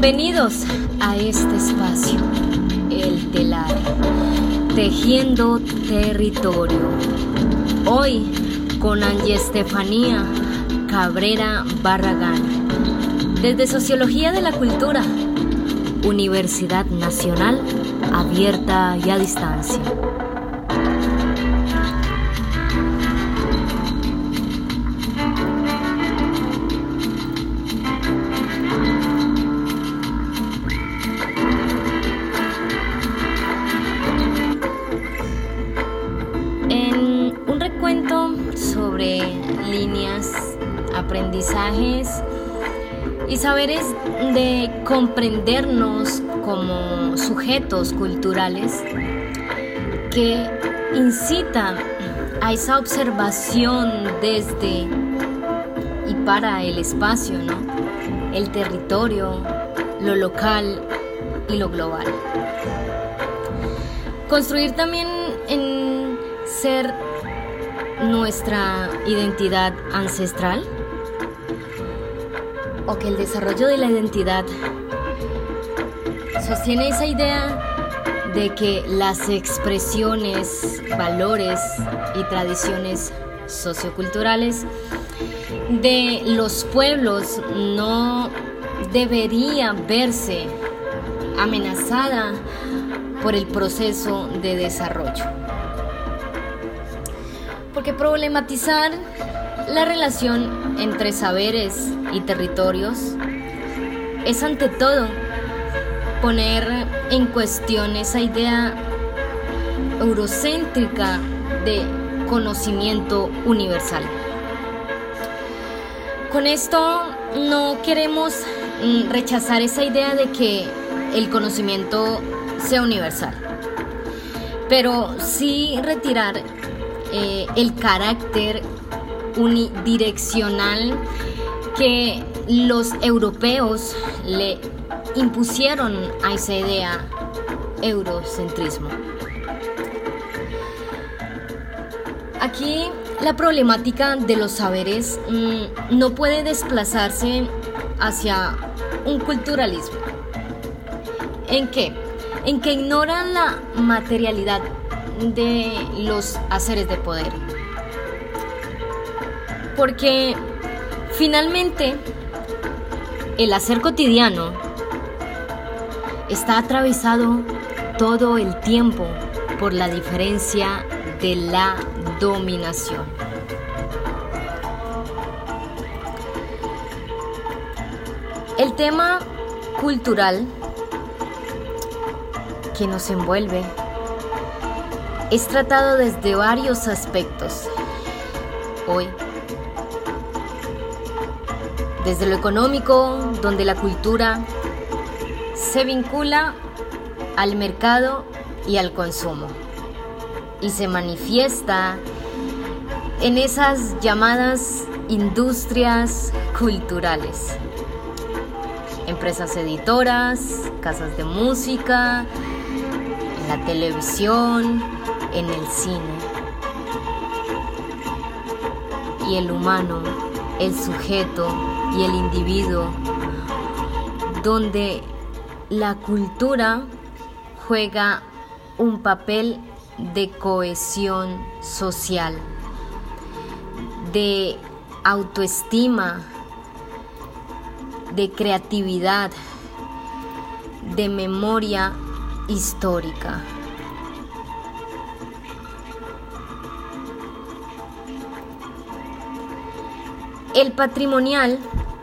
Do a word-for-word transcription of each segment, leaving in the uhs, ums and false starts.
Bienvenidos a este espacio, El Telar, tejiendo territorio. Hoy con Angie Estefanía Cabrera Barragán, desde Sociología de la Cultura, Universidad Nacional, abierta y a distancia. Sobre líneas, aprendizajes y saberes de comprendernos como sujetos culturales que incita a esa observación desde y para el espacio, ¿no? El territorio, lo local y lo global. Construir también en ser nuestra identidad ancestral, o que el desarrollo de la identidad sostiene esa idea de que las expresiones, valores y tradiciones socioculturales de los pueblos no debería verse amenazada por el proceso de desarrollo. Porque problematizar la relación entre saberes y territorios es ante todo poner en cuestión esa idea eurocéntrica de conocimiento universal. Con esto no queremos rechazar esa idea de que el conocimiento sea universal, pero sí retirar Eh, el carácter unidireccional que los europeos le impusieron a esa idea eurocentrismo. Aquí la problemática de los saberes mmm, no puede desplazarse hacia un culturalismo. ¿En qué? En que ignoran la materialidad de los haceres de poder, porque finalmente el hacer cotidiano está atravesado todo el tiempo por la diferencia de la dominación. El tema cultural que nos envuelve es tratado desde varios aspectos hoy. Desde lo económico, donde la cultura se vincula al mercado y al consumo y se manifiesta en esas llamadas industrias culturales, empresas editoras, casas de música, en la televisión, en el cine. Y el humano, el sujeto y el individuo, donde la cultura juega un papel de cohesión social, de autoestima, de creatividad, de memoria histórica. El patrimonial,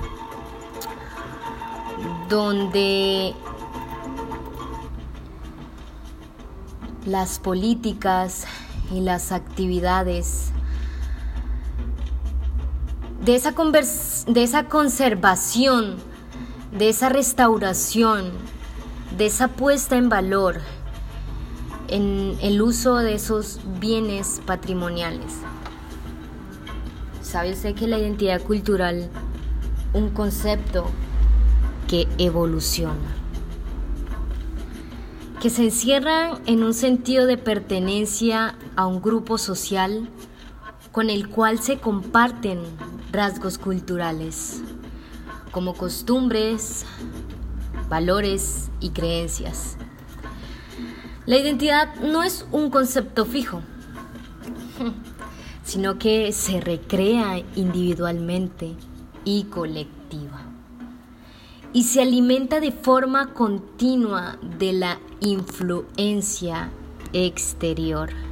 donde las políticas y las actividades de esa, convers- de esa conservación, de esa restauración, de esa puesta en valor en el uso de esos bienes patrimoniales. ¿Sabe usted que la identidad cultural, un concepto que evoluciona, que se encierra en un sentido de pertenencia a un grupo social con el cual se comparten rasgos culturales, como costumbres, valores y creencias. La identidad no es un concepto fijo, sino que se recrea individualmente y colectiva y se alimenta de forma continua de la influencia exterior.